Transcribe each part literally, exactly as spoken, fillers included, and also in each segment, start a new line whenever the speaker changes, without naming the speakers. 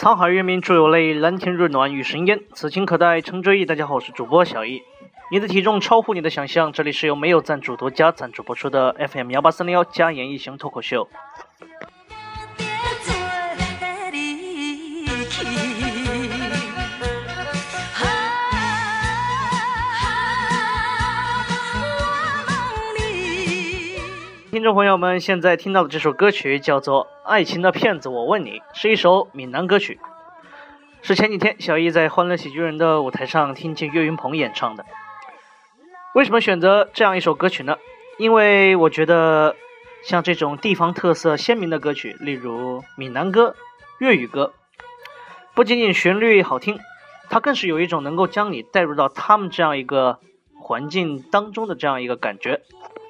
沧海月明珠有泪，蓝天日暖玉生烟。此情可待成追忆。大家好，我是主播小易。你的体重超乎你的想象，这里是由没有赞助独家赞助播出的 F M 一八三零一加演艺型脱口秀。听众朋友们，现在听到的这首歌曲叫做《爱情的骗子我问你》，是一首闽南歌曲，是前几天小易在欢乐喜剧人的舞台上听见岳云鹏演唱的。为什么选择这样一首歌曲呢？因为我觉得像这种地方特色鲜明的歌曲，例如闽南歌、粤语歌，不仅仅旋律好听，它更是有一种能够将你带入到他们这样一个环境当中的这样一个感觉。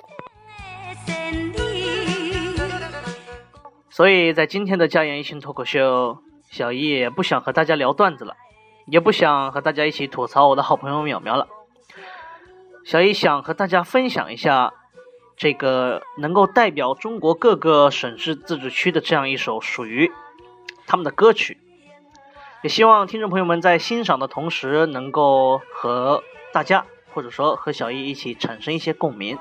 所以在今天的加言一型脱口秀，小易也不想和大家聊段子了，也不想和大家一起吐槽我的好朋友淼淼了。小易想和大家分享一下这个能够代表中国各个省市自治区的这样一首属于他们的歌曲，也希望听众朋友们在欣赏的同时能够和大家或者说和小易一起产生一些共鸣。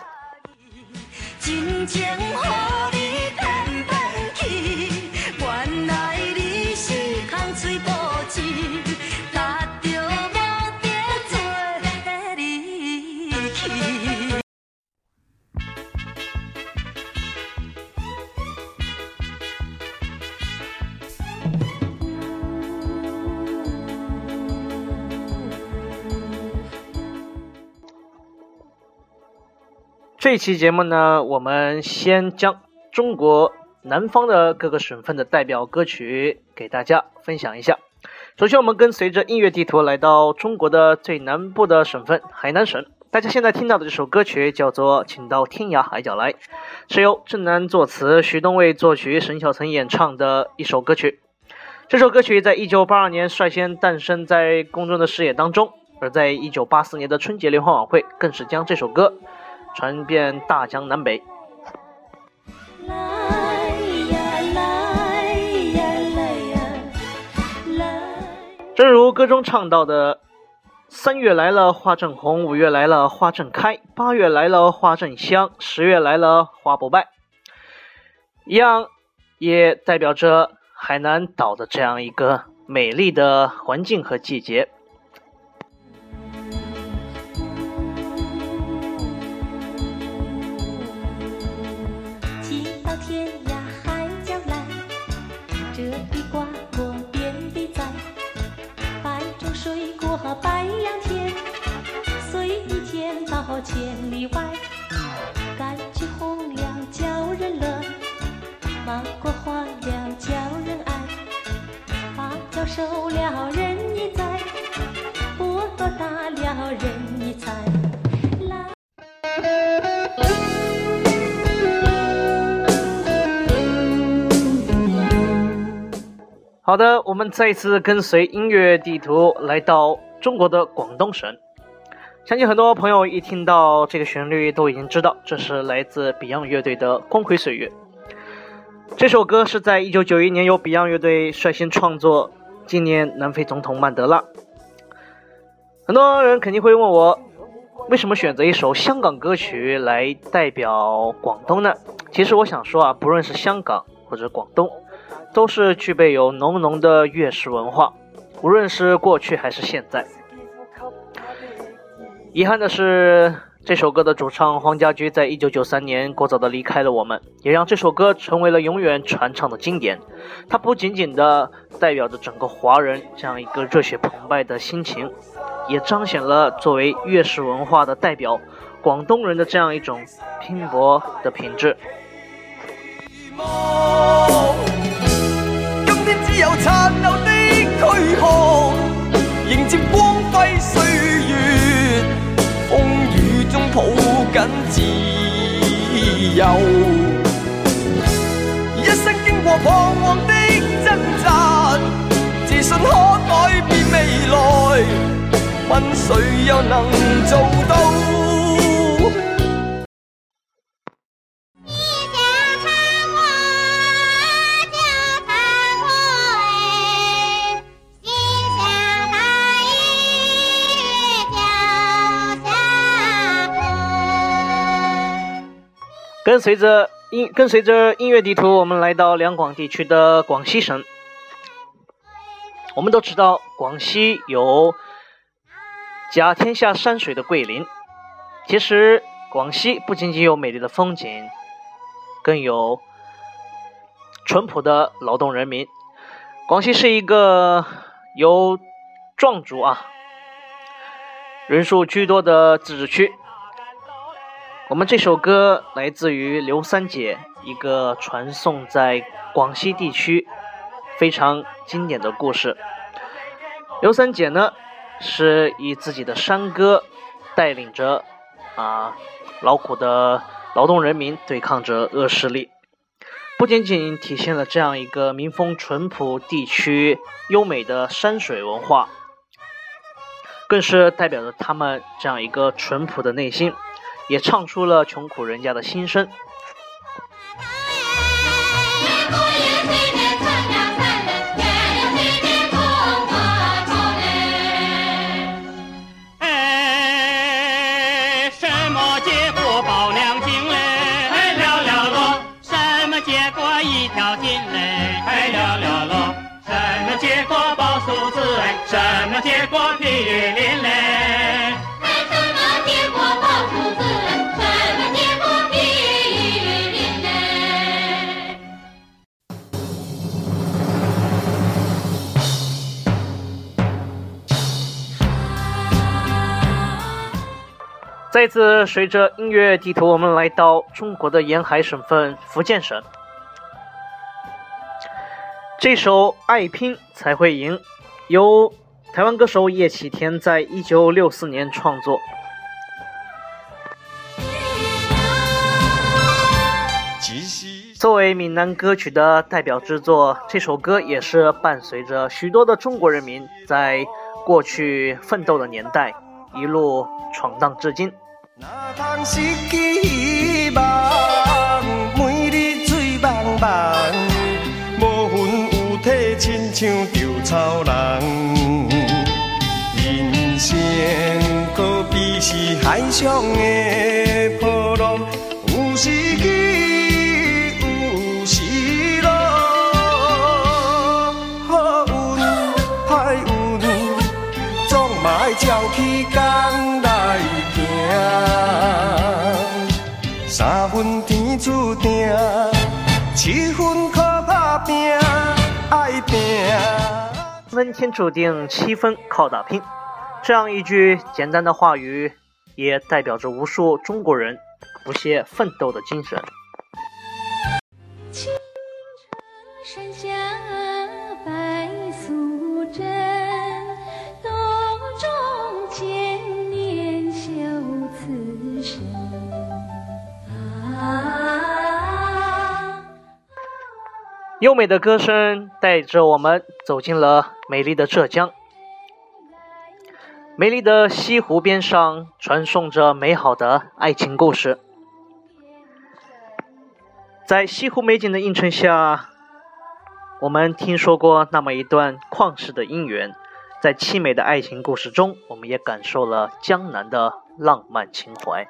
这期节目呢，我们先将中国南方的各个省份的代表歌曲给大家分享一下。首先我们跟随着音乐地图来到中国的最南部的省份海南省，大家现在听到的这首歌曲叫做《请到天涯海角来》，是由郑楠作词，徐东卫作曲，沈小岑演唱的一首歌曲。这首歌曲在一九八二年率先诞生在公众的视野当中，而在一九八四年的春节联欢晚会更是将这首歌传遍大江南北。正如歌中唱到的，三月来了花正红，五月来了花正开，八月来了花正香，十月来了花不败，一样也代表着海南岛的这样一个美丽的环境和季节。
千里外，柑橘红了叫人乐，芒果黄了叫人爱，花椒熟了人一栽，菠萝大了人一采。
好的，我们再次跟随音乐地图来到中国的广东省。相信很多朋友一听到这个旋律都已经知道，这是来自 Beyond 乐队的《光辉岁月》。这首歌是在一九九一年由 Beyond 乐队率先创作，纪念南非总统曼德拉。很多人肯定会问我，为什么选择一首香港歌曲来代表广东呢？其实我想说啊，不论是香港或者广东，都是具备有浓浓的粤式文化，无论是过去还是现在。遗憾的是，这首歌的主唱黄家驹在一九九三年过早的离开了我们，也让这首歌成为了永远传唱的经典。它不仅仅的代表着整个华人这样一个热血澎湃的心情，也彰显了作为粤式文化的代表广东人的这样一种拼搏的品质。
今天只有殘留的軀殼，迎接光輝歲月，風雨中抱緊自由，一生經過彷徨的掙扎，自信可改變未來，問誰又能做到？
跟随着音跟随着音乐地图，我们来到两广地区的广西省。我们都知道，广西有甲天下山水的桂林。其实，广西不仅仅有美丽的风景，更有淳朴的劳动人民。广西是一个由壮族啊人数居多的自治区。我们这首歌来自于刘三姐，一个传颂在广西地区非常经典的故事。刘三姐呢，是以自己的山歌带领着啊劳苦的劳动人民对抗着恶势力，不仅仅体现了这样一个民风淳朴地区优美的山水文化，更是代表着他们这样一个淳朴的内心，也唱出了穷苦人家的心声。
什么结果比雨淋嘞？什么结果报数字？什么结果比雨淋嘞？
再次随着音乐地图，我们来到中国的沿海省份福建省。这首《爱拼才会赢》由台湾歌手叶启田在一九六四年创作。作为闽南歌曲的代表之作，这首歌也是伴随着许多的中国人民在过去奋斗的年代一路闯荡至今。
亲像稻草人，人生可比是海上的波浪，有时起，有时落，好运歹运，总嘛要照起工来行。三分天注定，七分靠打拼。
分天注定，七分靠打拼，这样一句简单的话语，也代表着无数中国人不懈奋斗的精神。
清晨山下白素贞，洞中千年修此身。
优美的歌声带着我们走进了美丽的浙江。美丽的西湖边上传颂着美好的爱情故事。在西湖美景的映衬下，我们听说过那么一段旷世的姻缘，在凄美的爱情故事中，我们也感受了江南的浪漫情怀。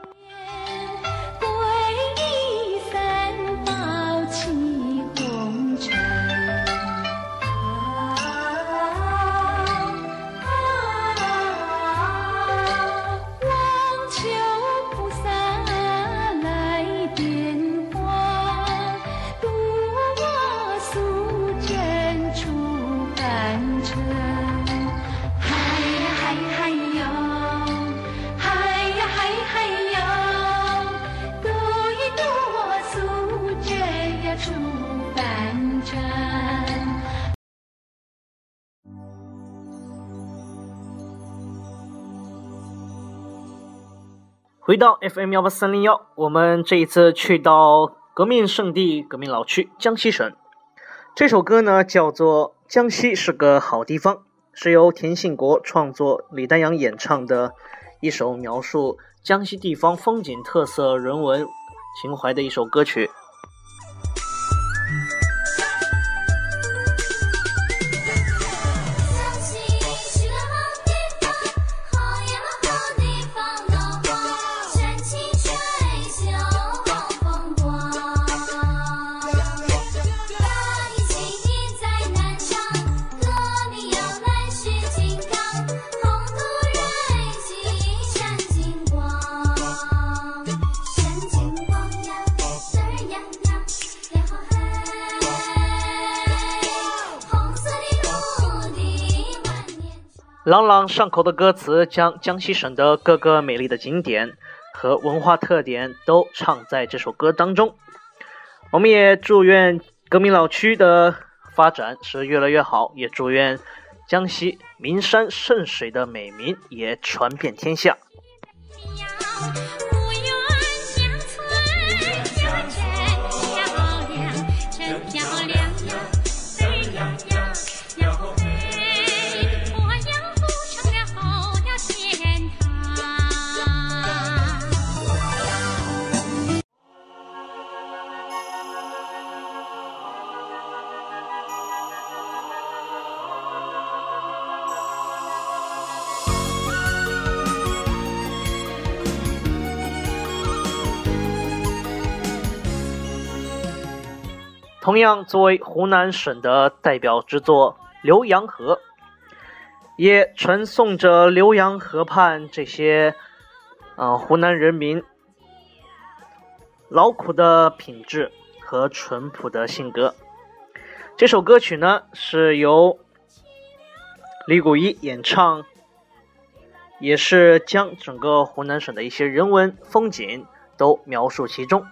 回到 F M 一八三零一，我们这一次去到革命圣地、革命老区江西省。这首歌呢叫做《江西是个好地方》，是由田信国创作、李丹阳演唱的一首描述江西地方风景特色、人文情怀的一首歌曲。 朗朗上口的歌词将江西省的各个美丽的景点和文化特点都唱在这首歌当中。我们也祝愿革命老区的发展是越来越好，也祝愿江西名山圣水的美名也传遍天下。同样作为湖南省的代表之作《浏阳河》，也传颂着浏阳河畔这些呃湖南人民劳苦的品质和淳朴的性格。这首歌曲呢是由李谷一演唱，也是将整个湖南省的一些人文风景都描述其中。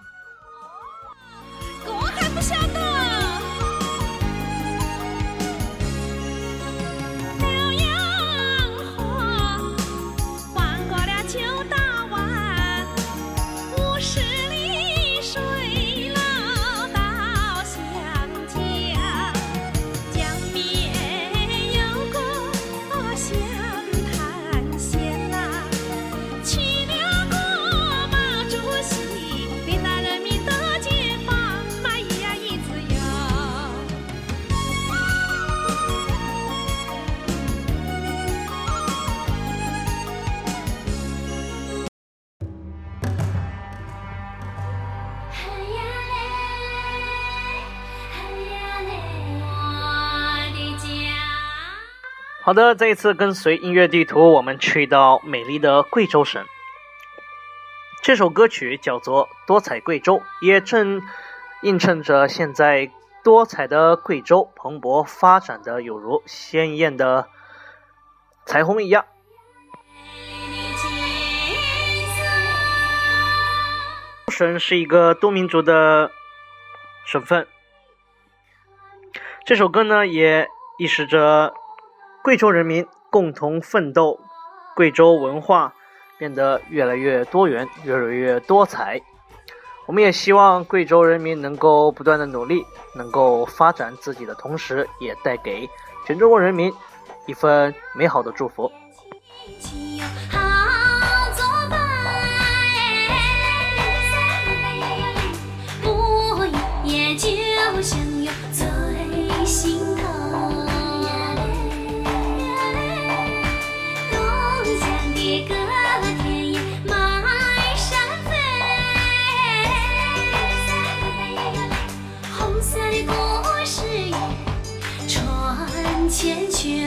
好的，这一次跟随音乐地图，我们去到美丽的贵州省。这首歌曲叫做《多彩贵州》，也正映衬着现在多彩的贵州蓬勃发展的有如鲜艳的彩虹一样。省是一个多民族的省份，这首歌呢也意识着贵州人民共同奋斗，贵州文化变得越来越多元，越来越多彩。我们也希望贵州人民能够不断的努力，能够发展自己的同时，也带给全中国人民一份美好的祝福。
千秋，贵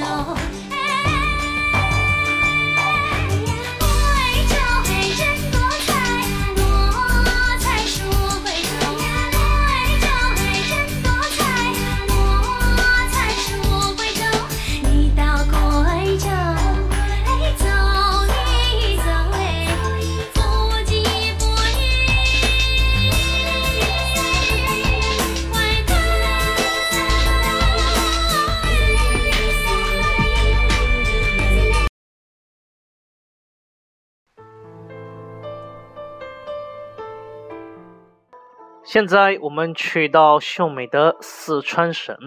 州嘿真多彩，多彩属贵州。贵州嘿真多彩，多彩属贵州。你到贵州，哎走一走哎，不疾不徐，怀抱。
现在我们去到秀美的四川省，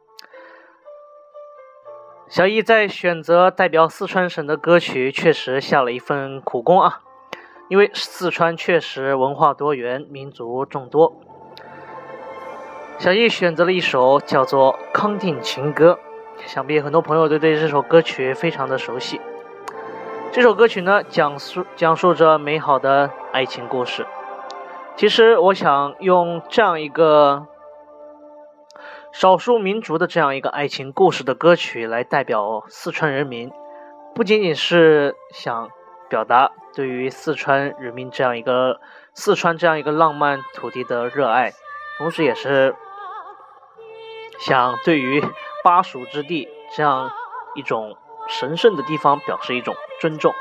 小易在选择代表四川省的歌曲确实下了一份苦功啊，因为四川确实文化多元，民族众多。小易选择了一首叫做《康定情歌》，想必很多朋友都对这首歌曲非常的熟悉。这首歌曲呢，讲述讲述着美好的爱情故事。其实我想用这样一个少数民族的这样一个爱情故事的歌曲来代表四川人民，不仅仅是想表达对于四川人民这样一个四川这样一个浪漫土地的热爱，同时也是想对于巴蜀之地这样一种神圣的地方表示一种尊重。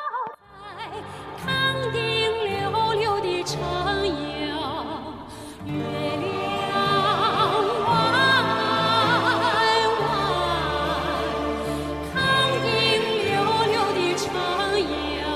康定溜溜的城哟，月亮弯弯，康定溜溜的城哟。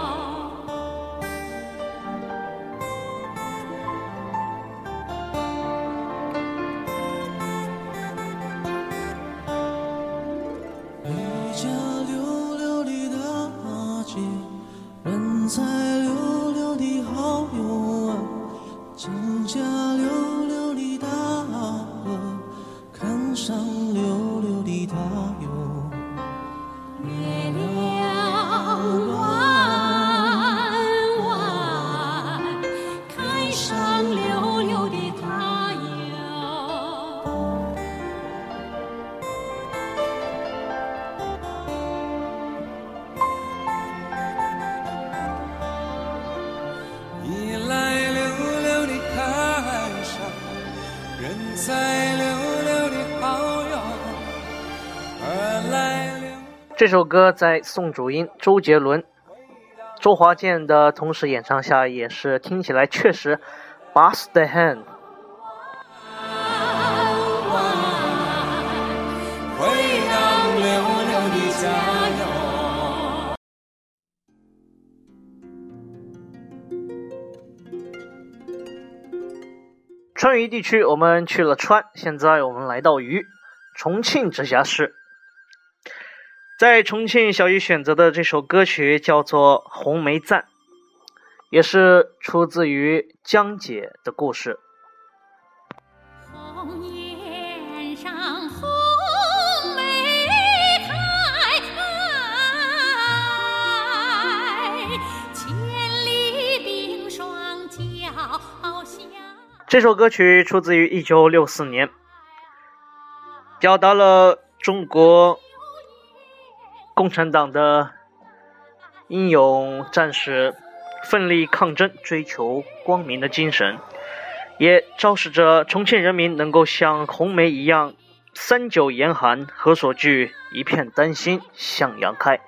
一家溜溜的大街，人才溜溜的好友啊，脚下溜溜的大河，看上溜溜的他哟。
月亮弯弯，看上溜溜的他哟。
一来溜溜的看上，人才溜溜的好友，二来溜。
这首歌在宋祖英、周杰伦、周华健的同时演唱下，也是听起来确实 bust the hand。
回到溜溜的家哟。
川渝地区我们去了川，现在我们来到渝，重庆直辖市。在重庆，小姨选择的这首歌曲叫做《红梅赞》，也是出自于江姐的故事。
红颜上红梅开，千里冰霜脚下。
这首歌曲出自于一九六四年，表达了中国共产党的英勇战士奋力抗争、追求光明的精神，也昭示着重庆人民能够像红梅一样三九严寒何所惧，一片丹心向阳开。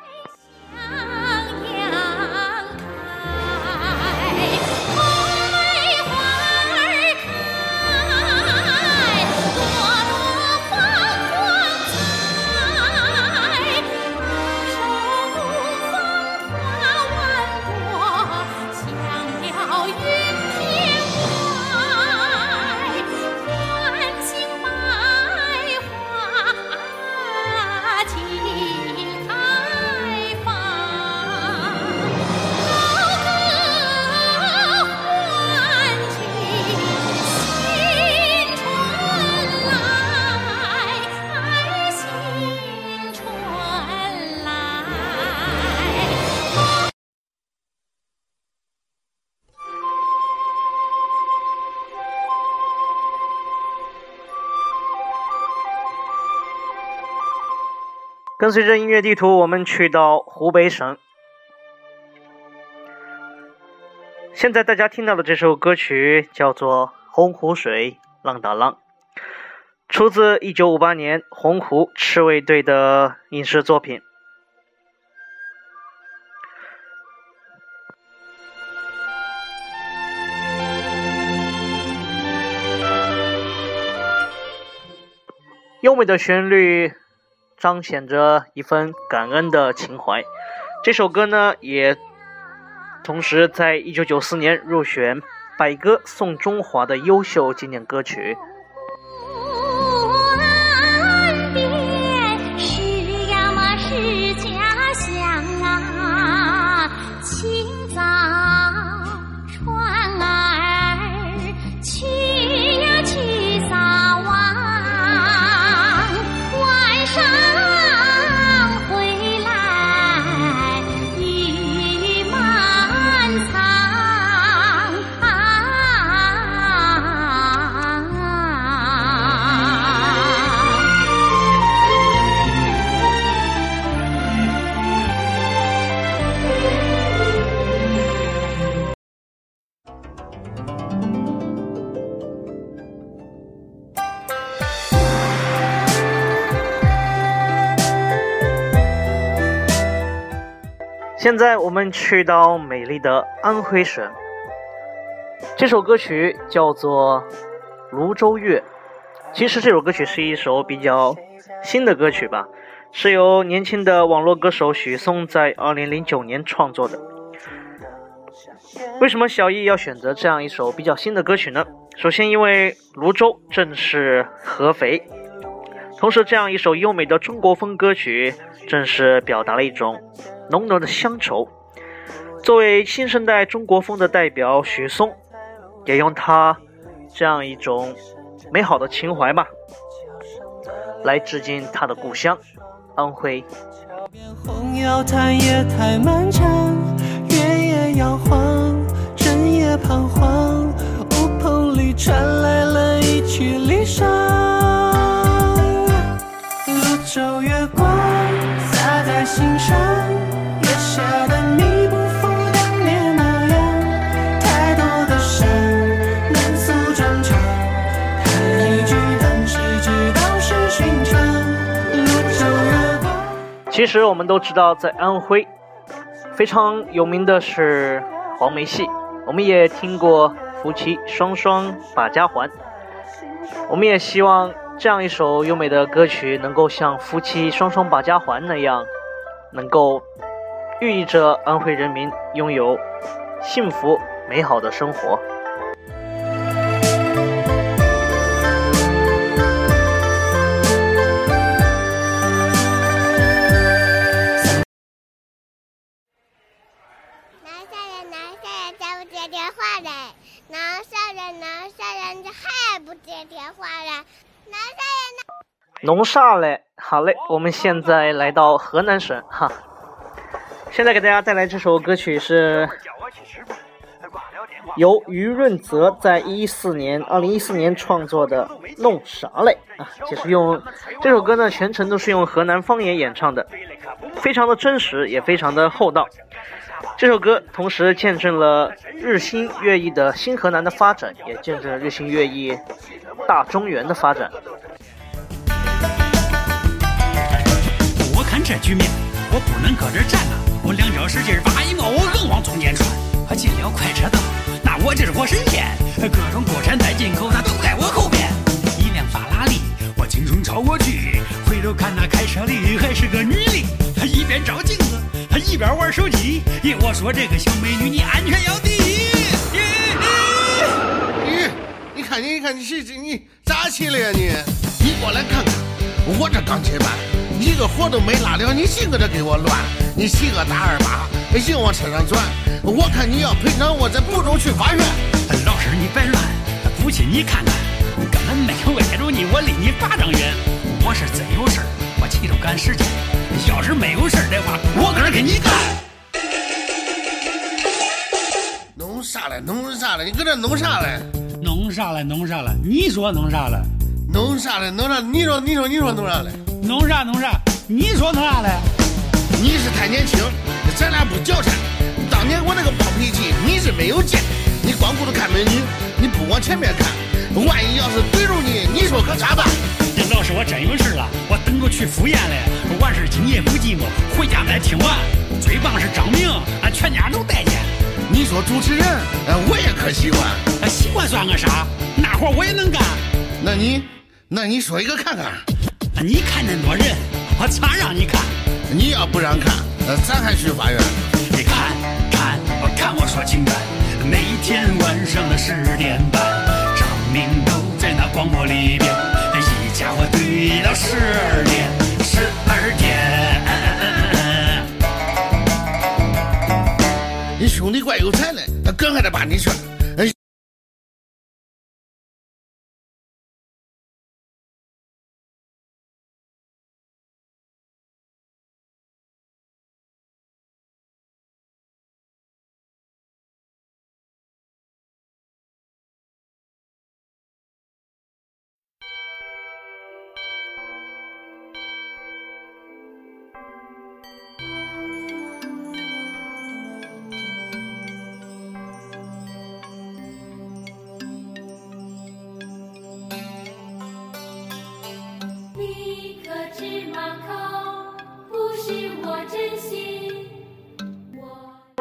跟随着音乐地图，我们去到湖北省。现在大家听到的这首歌曲叫做《洪湖水浪打浪》，出自一九五八年洪湖赤卫队的影视作品。优美的旋律彰显着一份感恩的情怀。这首歌呢，也同时在一九九四年入选百歌颂中华的优秀经典歌曲。
岸边是呀嘛是家乡啊，清早船儿去呀去撒网，晚上回来雨满仓。
现在我们去到美丽的安徽省，这首歌曲叫做《泸州月》。其实这首歌曲是一首比较新的歌曲吧，是由年轻的网络歌手许嵩在二零零九年创作的。为什么小易要选择这样一首比较新的歌曲呢？首先因为泸州正是合肥，同时这样一首优美的中国风歌曲正是表达了一种浓浓的乡愁。作为新生代中国风的代表，许嵩也用他这样一种美好的情怀吧，来致敬他的故乡安徽。
红药潭也太漫长，月夜摇晃，人也彷徨，屋棚里传来了一曲离殇。泸州月光洒在心上，月下的你不复当年那样，太多的伤难诉衷肠，弹一句但谁知道是寻常。泸州月光。
其实我们都知道，在安徽非常有名的是黄梅戏，我们也听过夫妻双双把家还。我们也希望这样一首优美的歌曲能够像夫妻双双把家还那样，能够寓意着安徽人民拥有幸福美好的生活。
接电话嘞，哪啥人哪啥人还不接电话嘞？哪啥人呢？
弄啥嘞？好嘞，我们现在来到河南省哈。现在给大家带来这首歌曲是由于润泽在一四年二零一四年创作的《弄啥嘞》啊，其实用这首歌呢全程都是用河南方言演唱的，非常的真实，也非常的厚道。这首歌同时见证了日新月异的新河南的发展，也见证了日新月异大中原的发展。
我看这局面，我不能搁这站啊！我两脚使劲把一毛，我硬往中间穿。进了快车道，那我这是活神仙，各种国产带进口，那都在我后边。一辆法拉利，我轻松超过去，回头看那开车的还是个女的，她一边照镜子。他一边玩手机，我说这个小美女你安全要第一。
你你看你看你谁你咋起来呀你？你过来看看，我这刚起班，一个活都没拉了，你净搁这给我乱，你骑个大二八，硬往车上转，我看你要赔偿，我这不如去法院。
老师你别乱，父亲你看看，根本没有挨着你，我离你八丈远。我是真有事，我骑着赶时间。要是没有事的话，我搁这给你干。
弄啥嘞？弄啥嘞？你搁这弄啥嘞？
弄啥嘞？弄啥了？你说弄啥了？
弄啥嘞？弄啥？你说你说你说弄啥嘞？
弄啥弄啥？你说弄啥嘞？
你是太年轻，咱俩不交缠。当年我那个暴脾气，你是没有见。你光顾着看美女，你不往前面看，万一要是怼住你，你说可咋办？
老师，我真有事了，我等着去赴宴嘞。完事今夜不寂寞，回家再听完。最棒是张明，俺全家都待见。
你说主持人，我也可喜欢。
喜欢算个啥？那活我也能干。
那你，那你说一个看看。
你看那么多人，我咋让你看？
你要不让看，咱还去法院。
你看看，我看我说情感。每天晚上的十点半，张明都在那广播里边。一家伙对到十二点，十二点。
你兄弟怪有才嘞，梗还得把你劝。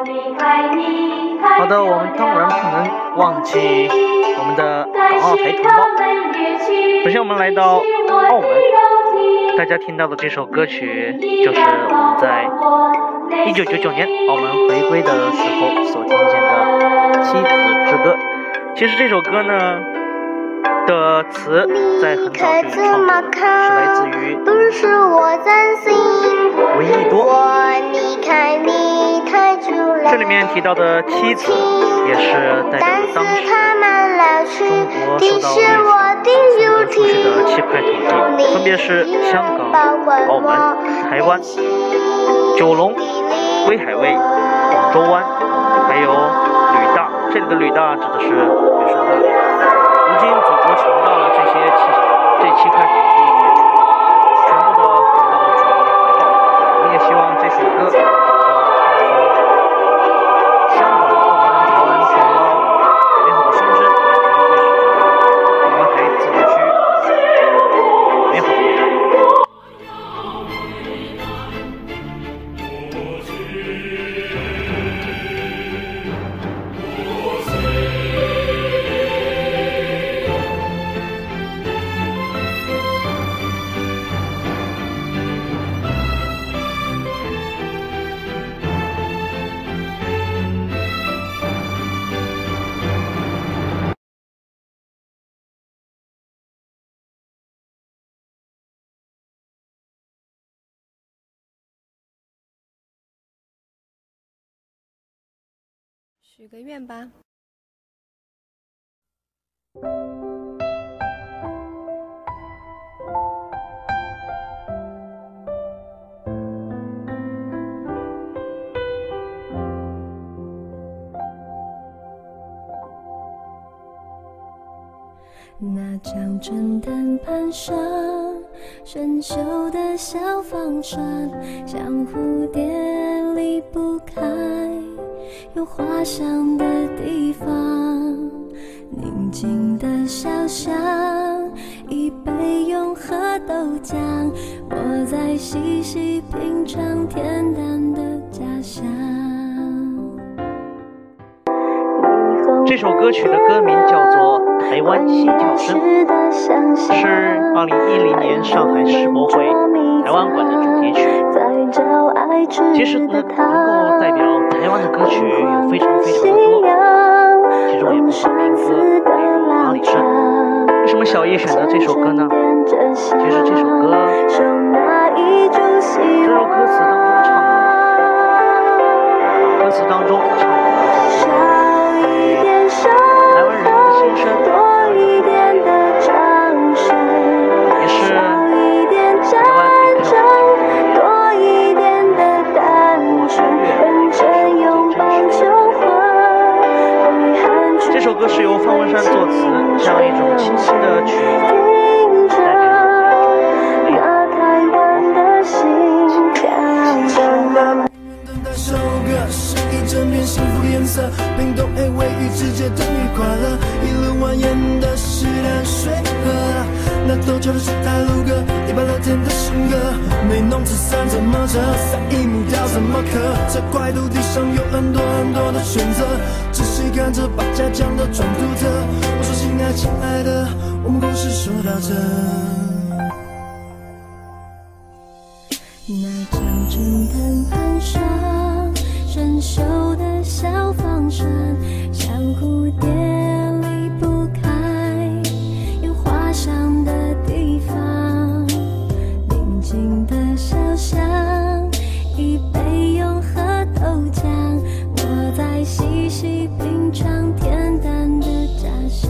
好的，我们当然不能忘记我们的港澳台同胞。首先我们来到澳门，大家听到的这首歌曲就是我们在一九九九年澳门回归的时候所听见的《妻子之歌》。其实这首歌呢的词在很早就创作，是来自于闻一多。这里面提到的妻子也是代表着当时中国受到越战分割出去的七块土地，分别是香港、澳门、台湾、九龙、威海卫、广州湾，还有旅大。这里的旅大指的是粤省大连。如今祖国抢到了这些七这七块土地，也全全部的回到了祖国的怀抱。我们也希望这首歌能够唱出香港、澳门、台湾同胞美好的心声，也能预示着港澳台自治区美好的未来。
许个愿吧。
那张春藤攀上生锈的小方船，像蝴蝶离不开有花香的地方，宁静的小巷，一杯永和豆浆，我在细细品尝恬淡的家乡。
这首歌曲的歌名叫做《台湾心跳声》，是二零一零年上海世博会台湾馆的主题曲。其实能能够代表台湾的歌曲有非常非常的多，其中也不少民歌，比如阿里山。为什么小叶选择这首歌呢？其实这首歌正如歌词当中唱的，歌词当中唱的台湾人的心声，也是台湾离开这首歌是由方文山作词，这样一种清新的曲子，带给我们一种
首歌是一整片幸福的颜色，冰冻 A 位于直接等于快乐，一路蜿蜒的是淡水河，那陡峭的是台路歌，一般聊天的性格，没弄纸伞怎么折，撒一木雕怎么刻，这块土地上有很多很多的选择，仔细看着把家讲的装独特，我说亲爱亲爱的，我们故事说到这。
那张春藤攀上生锈的小方船，像蝴蝶离不开有花香的地方，宁静的小巷，一杯永和豆浆，我在细细品尝恬淡的家乡。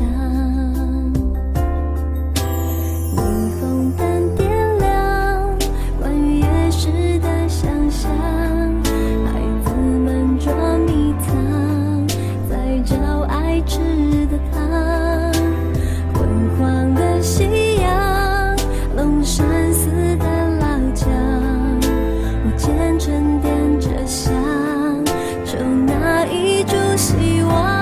霓虹灯点亮关于夜市的想象，孩子们捉迷藏，在找爱吃的糖，昏黄的夕阳，龙山寺的老墙，我虔诚点着香，就那一株希望。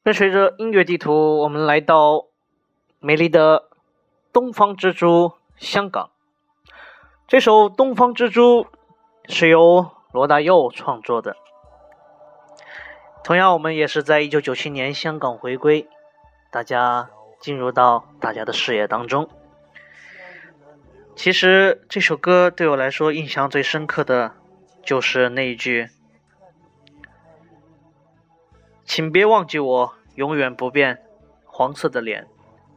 跟随着音乐地图，我们来到美丽的东方之珠香港。这首《东方之珠》是由罗大佑创作的，同样我们也是在一九九七年香港回归，大家进入到大家的视野当中。其实这首歌对我来说印象最深刻的就是那一句，请别忘记我永远不变黄色的脸。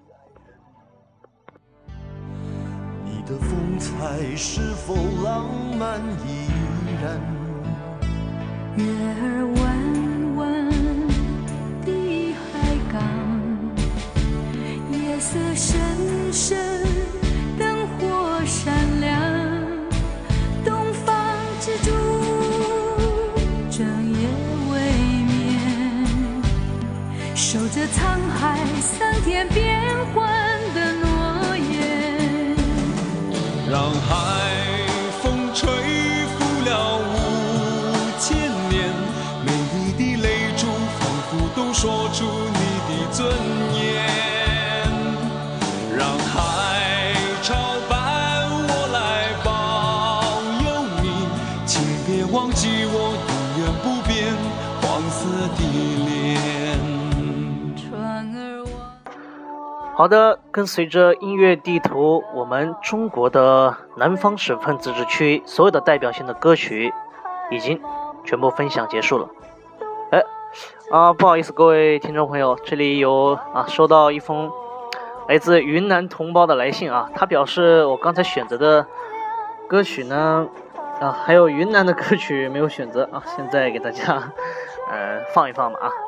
你的风采是否浪漫依然？
月儿弯弯的海港，夜色深深，灯火闪亮，东方之珠整夜未眠，守着沧海桑田变幻的诺言，
让海风吹拂了五千年，美丽的泪珠仿佛都说出你的尊严，让海潮伴我来保佑你，请别忘记我永远不变黄色的脸。
船儿望
好的，跟随着音乐地图，我们中国的南方省份自治区所有的代表性的歌曲已经全部分享结束了。哎，啊，不好意思，各位听众朋友，这里有啊收到一封来自云南同胞的来信啊，他表示我刚才选择的歌曲呢，啊还有云南的歌曲没有选择啊，现在给大家呃放一放吧啊。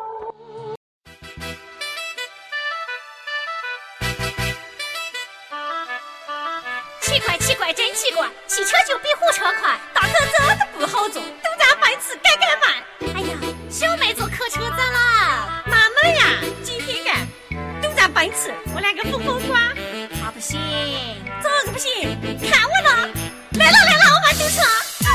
奇怪奇怪真奇怪，汽车就比火车快，大客车都不好坐，都咱班次改改慢。哎呀，小妹坐客车咋啦？慢慢呀，今天干，都咱班次，我来个疯疯抓。啊不行，这个不行，看我呢，来了来了，我们堵车。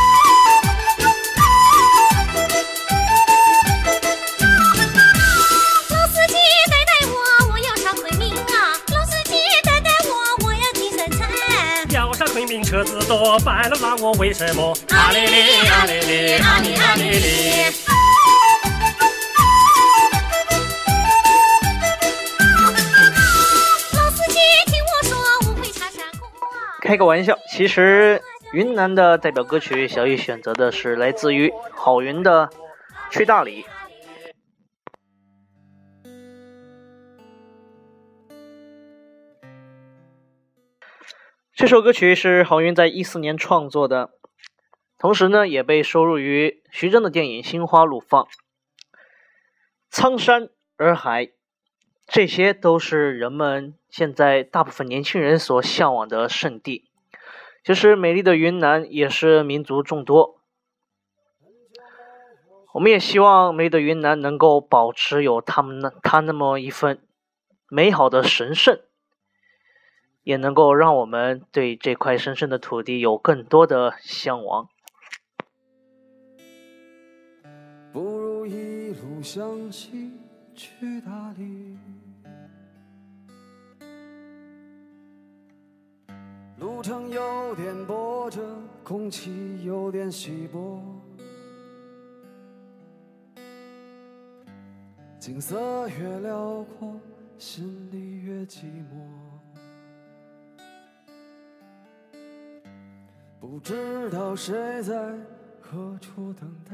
车子多，白了让我为什么？啊哩哩啊哩哩啊哩啊哩哩。
老司机听我说，无会插山谷啊。
开个玩笑，其实云南的代表歌曲，小雨选择的是来自于郝云的《去大理》。这首歌曲是郝云在一四年创作的，同时呢也被收录于徐峥的电影《心花怒放》。苍山洱海，这些都是人们现在大部分年轻人所向往的圣地。其实美丽的云南也是民族众多，我们也希望美丽的云南能够保持有他们那他那么一份美好的神圣，也能够让我们对这块神圣的土地有更多的向往。
不如一路向西去大理，路程有点波折，空气有点稀薄，景色越辽阔，心里越寂寞，不知道谁在何处等待。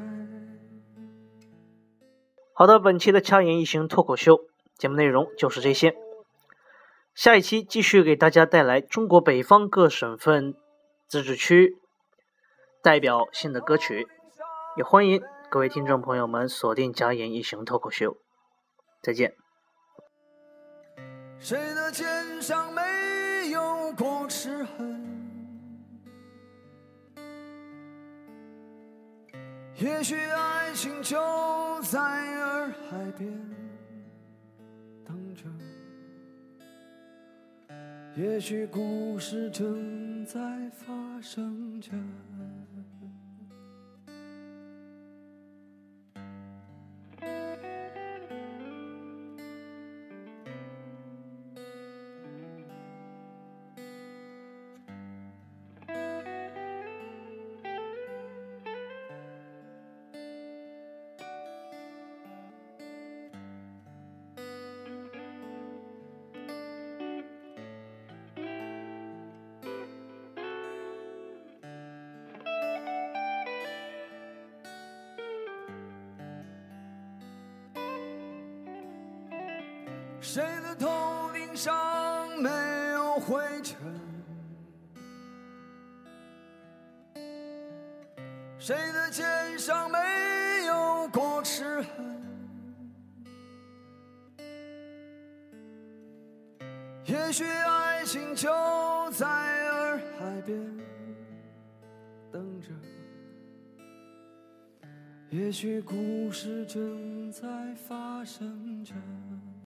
好的，本期的掐言一行脱口秀节目内容就是这些，下一期继续给大家带来中国北方各省份自治区代表性的歌曲，也欢迎各位听众朋友们锁定掐言一行脱口秀，再见。
谁的肩上没有过齿痕，也许爱情就在洱海边等着，也许故事正在发生着。
谁的头顶上没有灰尘？谁的肩上没有过齿痕？也许爱情就在洱海边等着，也许故事正在发生着。